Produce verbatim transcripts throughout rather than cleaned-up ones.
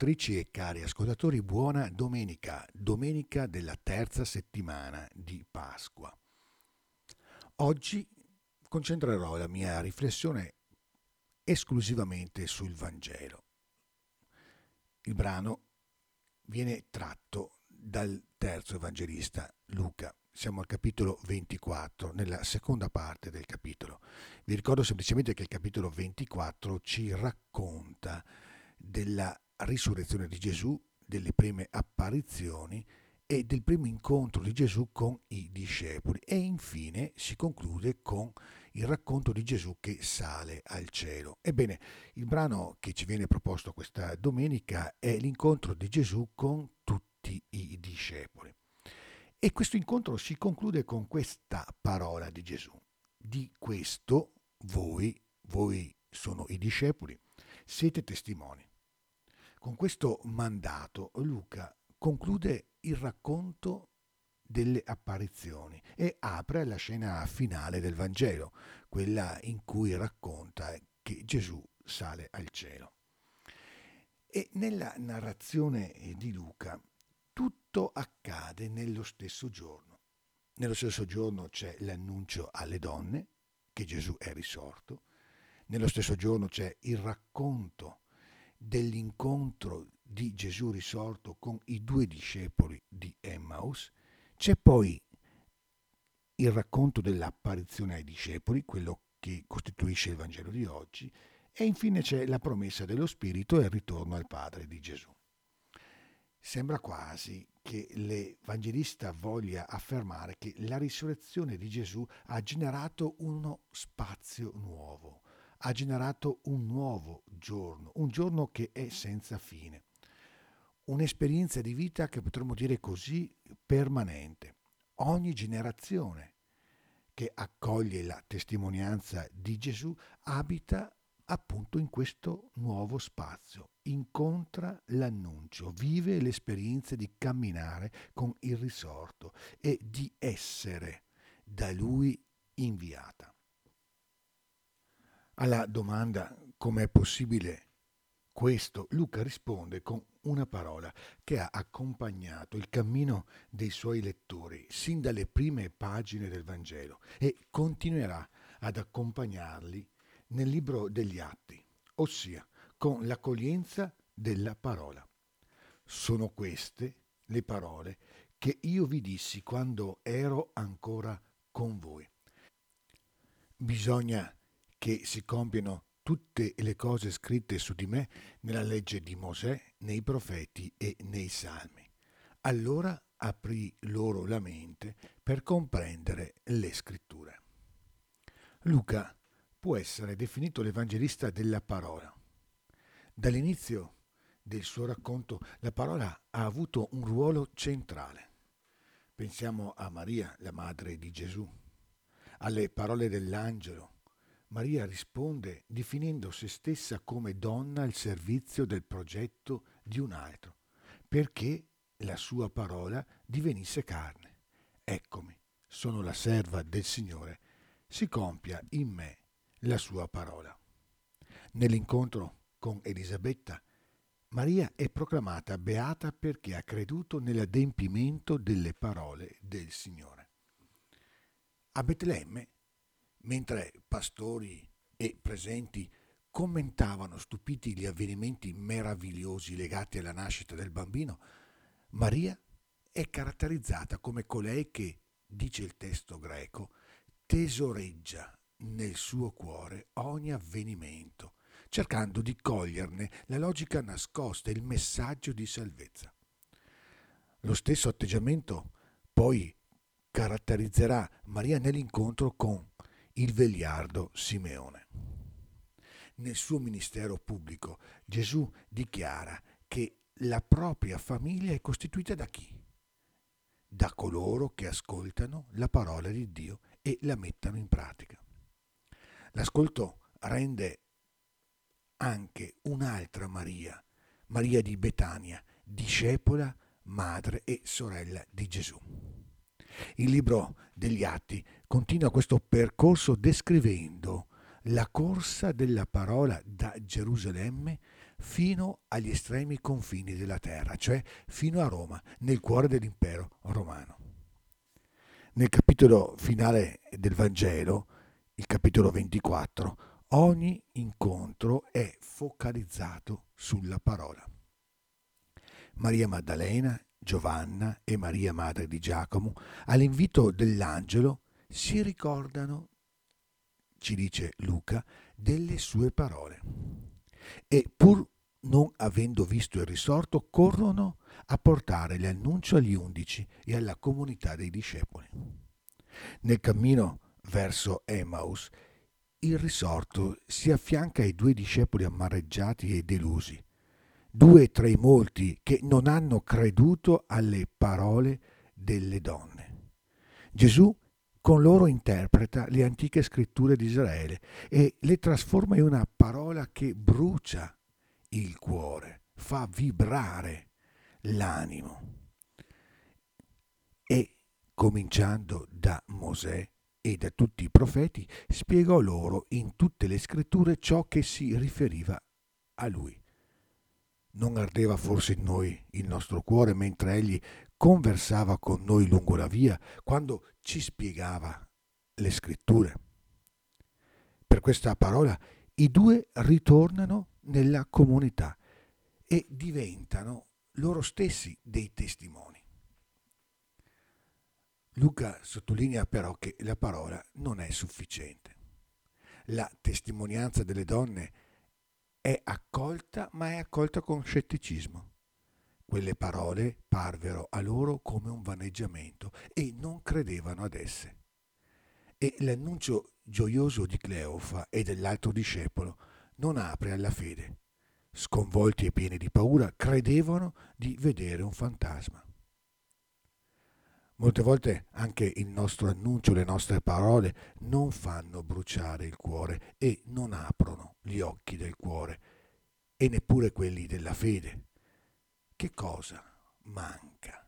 ascoltatrici e cari ascoltatori, buona domenica, domenica della terza settimana di Pasqua. Oggi concentrerò la mia riflessione esclusivamente sul Vangelo. Il brano viene tratto dal terzo evangelista, Luca. Siamo al capitolo ventiquattro, nella seconda parte del capitolo. Vi ricordo semplicemente che il capitolo ventiquattro ci racconta della risurrezione di Gesù, delle prime apparizioni e del primo incontro di Gesù con i discepoli, e infine si conclude con il racconto di Gesù che sale al cielo. Ebbene, il brano che ci viene proposto questa domenica è l'incontro di Gesù con tutti i discepoli. E questo incontro si conclude con questa parola di Gesù: di questo voi, voi sono i discepoli, siete testimoni. Con questo mandato Luca conclude il racconto delle apparizioni e apre la scena finale del Vangelo, quella in cui racconta che Gesù sale al cielo. E nella narrazione di Luca tutto accade nello stesso giorno. Nello stesso giorno c'è l'annuncio alle donne che Gesù è risorto. Nello stesso giorno c'è il racconto dell'incontro di Gesù risorto con i due discepoli di Emmaus. C'è poi il racconto dell'apparizione ai discepoli, quello che costituisce il Vangelo di oggi, e infine c'è la promessa dello Spirito e il ritorno al Padre di Gesù. Sembra quasi che l'Evangelista voglia affermare che la risurrezione di Gesù ha generato uno spazio nuovo, ha generato un nuovo giorno, un giorno che è senza fine, un'esperienza di vita che potremmo dire così permanente. Ogni generazione che accoglie la testimonianza di Gesù abita appunto in questo nuovo spazio, incontra l'annuncio, vive l'esperienza di camminare con il risorto e di essere da Lui inviata. Alla domanda com'è possibile questo, Luca risponde con una parola che ha accompagnato il cammino dei suoi lettori sin dalle prime pagine del Vangelo e continuerà ad accompagnarli nel libro degli Atti, ossia con l'accoglienza della parola. Sono queste le parole che io vi dissi quando ero ancora con voi. Bisogna che si compiano tutte le cose scritte su di me nella legge di Mosè, nei profeti e nei salmi. Allora aprì loro la mente per comprendere le scritture. Luca può essere definito l'evangelista della parola. Dall'inizio del suo racconto la parola ha avuto un ruolo centrale. Pensiamo a Maria, la madre di Gesù, alle parole dell'angelo. Maria risponde definendo se stessa come donna al servizio del progetto di un altro, perché la sua parola divenisse carne. Eccomi, sono la serva del Signore, si compia in me la sua parola. Nell'incontro con Elisabetta, Maria è proclamata beata perché ha creduto nell'adempimento delle parole del Signore. A Betlemme, mentre pastori e presenti commentavano stupiti gli avvenimenti meravigliosi legati alla nascita del bambino, Maria è caratterizzata come colei che, dice il testo greco, tesoreggia nel suo cuore ogni avvenimento, cercando di coglierne la logica nascosta e il messaggio di salvezza. Lo stesso atteggiamento poi caratterizzerà Maria nell'incontro con il vegliardo Simeone. Nel suo ministero pubblico Gesù dichiara che la propria famiglia è costituita da chi? Da coloro che ascoltano la parola di Dio e la mettano in pratica. L'ascolto rende anche un'altra Maria, Maria di Betania, discepola, madre e sorella di Gesù. Il libro degli Atti continua questo percorso descrivendo la corsa della parola da Gerusalemme fino agli estremi confini della terra, cioè fino a Roma, nel cuore dell'impero romano. Nel capitolo finale del Vangelo, il capitolo ventiquattro, ogni incontro è focalizzato sulla parola. Maria Maddalena, Giovanna e Maria madre di Giacomo, all'invito dell'angelo, si ricordano, ci dice Luca, delle sue parole e pur non avendo visto il risorto corrono a portare l'annuncio agli undici e alla comunità dei discepoli. Nel cammino verso Emmaus il risorto si affianca ai due discepoli amareggiati e delusi, due tra i molti che non hanno creduto alle parole delle donne. Gesù con loro interpreta le antiche scritture di Israele e le trasforma in una parola che brucia il cuore, fa vibrare l'animo. E cominciando da Mosè e da tutti i profeti, spiegò loro in tutte le scritture ciò che si riferiva a lui. Non ardeva forse in noi il nostro cuore mentre egli conversava con noi lungo la via, quando ci spiegava le scritture? Per questa parola i due ritornano nella comunità e diventano loro stessi dei testimoni. Luca sottolinea però che la parola non è sufficiente. La testimonianza delle donne è accolta, ma è accolta con scetticismo. Quelle parole parvero a loro come un vaneggiamento e non credevano ad esse. E l'annuncio gioioso di Cleofa e dell'altro discepolo non apre alla fede. Sconvolti e pieni di paura, credevano di vedere un fantasma. Molte volte anche il nostro annuncio, le nostre parole non fanno bruciare il cuore e non aprono gli occhi del cuore e neppure quelli della fede. Che cosa manca?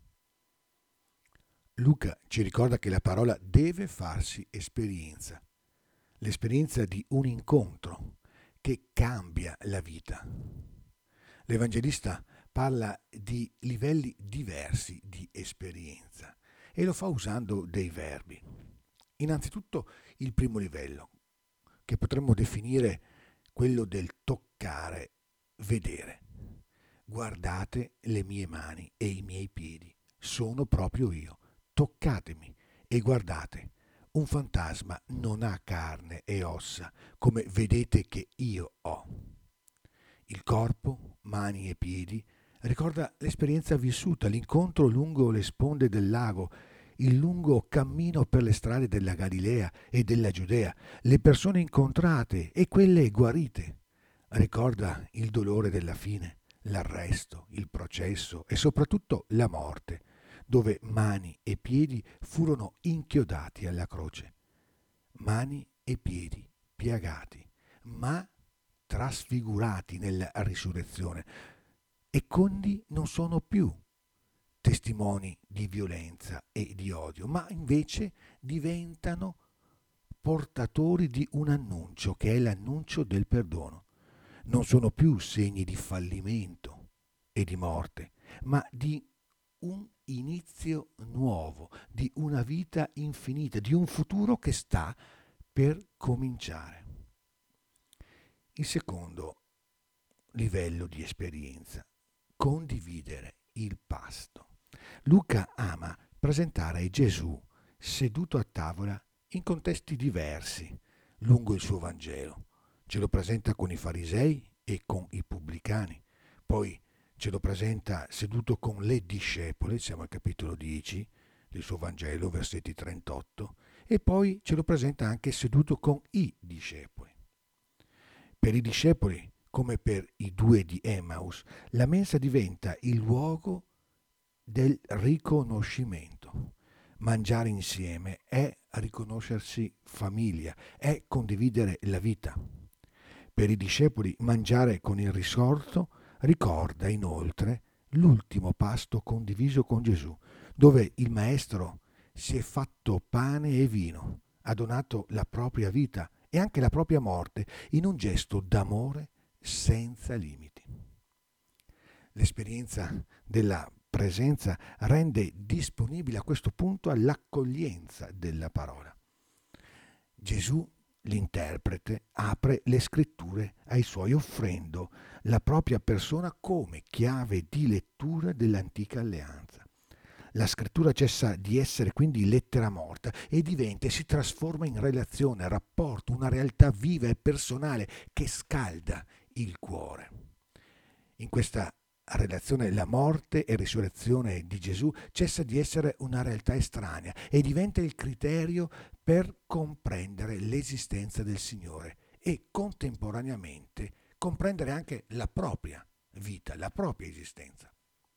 Luca ci ricorda che la parola deve farsi esperienza, l'esperienza di un incontro che cambia la vita. L'Evangelista parla di livelli diversi di esperienza e lo fa usando dei verbi. Innanzitutto il primo livello, che potremmo definire quello del toccare, vedere. Guardate le mie mani e i miei piedi, sono proprio io. Toccatemi e guardate. Un fantasma non ha carne e ossa, come vedete che io ho. Il corpo, mani e piedi, ricorda l'esperienza vissuta, l'incontro lungo le sponde del lago, il lungo cammino per le strade della Galilea e della Giudea, le persone incontrate e quelle guarite. Ricorda il dolore della fine, l'arresto, il processo e soprattutto la morte, dove mani e piedi furono inchiodati alla croce. Mani e piedi piagati, ma trasfigurati nella risurrezione, e quindi non sono più testimoni di violenza e di odio, ma invece diventano portatori di un annuncio che è l'annuncio del perdono. Non sono più segni di fallimento e di morte, ma di un inizio nuovo, di una vita infinita, di un futuro che sta per cominciare. Il secondo livello di esperienza, condividere il pasto. Luca ama presentare Gesù seduto a tavola in contesti diversi lungo il suo Vangelo. Ce lo presenta con i farisei e con i pubblicani, poi ce lo presenta seduto con le discepole, siamo al capitolo dieci del suo Vangelo, versetti trentotto, e poi ce lo presenta anche seduto con i discepoli. Per i discepoli, come per i due di Emmaus, la mensa diventa il luogo del riconoscimento. Mangiare insieme è riconoscersi famiglia, è condividere la vita. Per i discepoli mangiare con il risorto ricorda inoltre l'ultimo pasto condiviso con Gesù, dove il Maestro si è fatto pane e vino, ha donato la propria vita e anche la propria morte in un gesto d'amore senza limiti. L'esperienza della presenza rende disponibile a questo punto all'accoglienza della parola. Gesù, l'interprete, apre le scritture ai suoi offrendo la propria persona come chiave di lettura dell'antica alleanza. La scrittura cessa di essere quindi lettera morta e diventa e si trasforma in relazione, rapporto, una realtà viva e personale che scalda il cuore. In questa relazione la morte e risurrezione di Gesù cessa di essere una realtà estranea e diventa il criterio per comprendere l'esistenza del Signore e contemporaneamente comprendere anche la propria vita, la propria esistenza.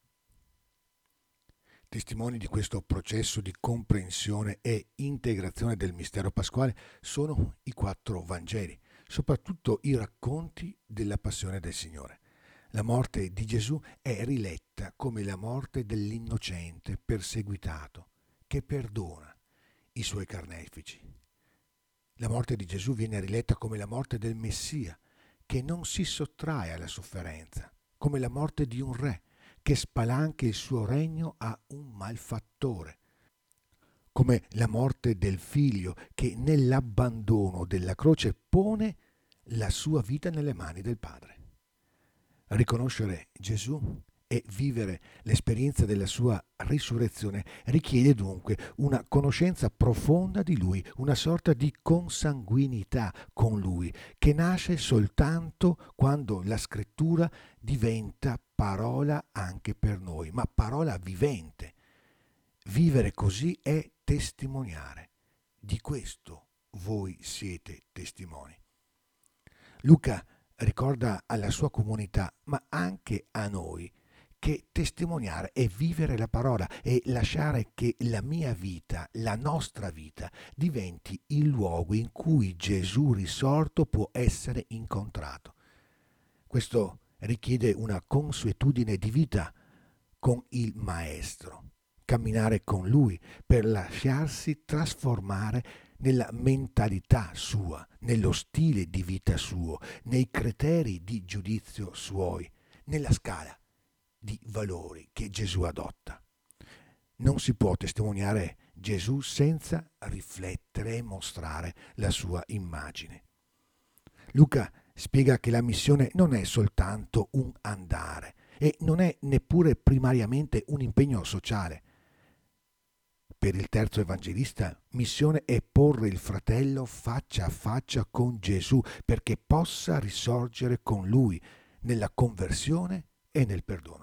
Testimoni di questo processo di comprensione e integrazione del mistero pasquale sono i quattro Vangeli, soprattutto i racconti della passione del Signore. La morte di Gesù è riletta come la morte dell'innocente perseguitato che perdona i suoi carnefici. La morte di Gesù viene riletta come la morte del Messia che non si sottrae alla sofferenza, come la morte di un re che spalanca il suo regno a un malfattore, come la morte del figlio che nell'abbandono della croce pone la sua vita nelle mani del Padre. Riconoscere Gesù e vivere l'esperienza della sua risurrezione richiede dunque una conoscenza profonda di Lui, una sorta di consanguinità con Lui, che nasce soltanto quando la scrittura diventa parola anche per noi, ma parola vivente. Vivere così è testimoniare. Di questo voi siete testimoni. Luca ricorda alla sua comunità, ma anche a noi, che testimoniare è vivere la parola e lasciare che la mia vita, la nostra vita, diventi il luogo in cui Gesù risorto può essere incontrato. Questo richiede una consuetudine di vita con il Maestro, camminare con Lui per lasciarsi trasformare nella mentalità sua, nello stile di vita suo, nei criteri di giudizio suoi, nella scala di valori che Gesù adotta. Non si può testimoniare Gesù senza riflettere e mostrare la sua immagine. Luca spiega che la missione non è soltanto un andare e non è neppure primariamente un impegno sociale. Per il terzo evangelista, missione è porre il fratello faccia a faccia con Gesù perché possa risorgere con lui nella conversione e nel perdono.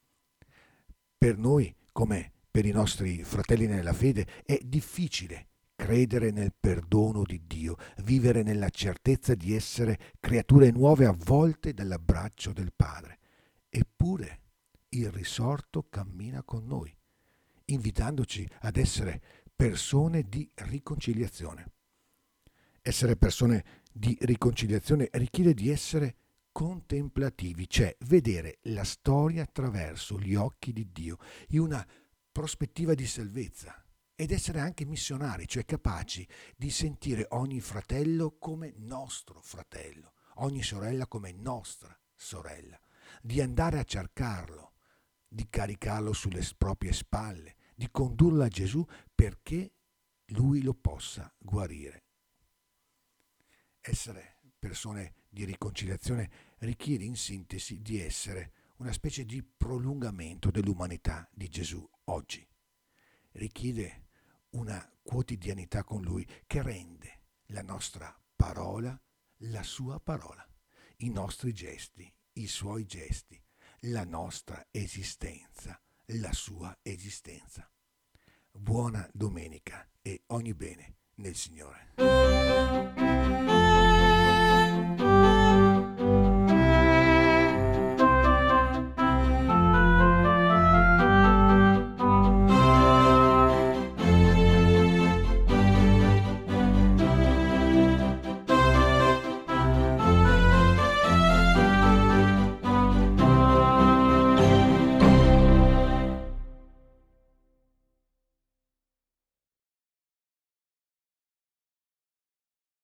Per noi, come per i nostri fratelli nella fede, è difficile credere nel perdono di Dio, vivere nella certezza di essere creature nuove avvolte dall'abbraccio del Padre. Eppure il risorto cammina con noi, invitandoci ad essere persone di riconciliazione. Essere persone di riconciliazione richiede di essere contemplativi, cioè vedere la storia attraverso gli occhi di Dio, in una prospettiva di salvezza, ed essere anche missionari, cioè capaci di sentire ogni fratello come nostro fratello, ogni sorella come nostra sorella, di andare a cercarlo, di caricarlo sulle proprie spalle, di condurlo a Gesù perché lui lo possa guarire. Essere persone di riconciliazione richiede in sintesi di essere una specie di prolungamento dell'umanità di Gesù oggi. Richiede una quotidianità con Lui che rende la nostra parola la sua parola, i nostri gesti, i suoi gesti, la nostra esistenza, la sua esistenza. Buona domenica e ogni bene nel Signore.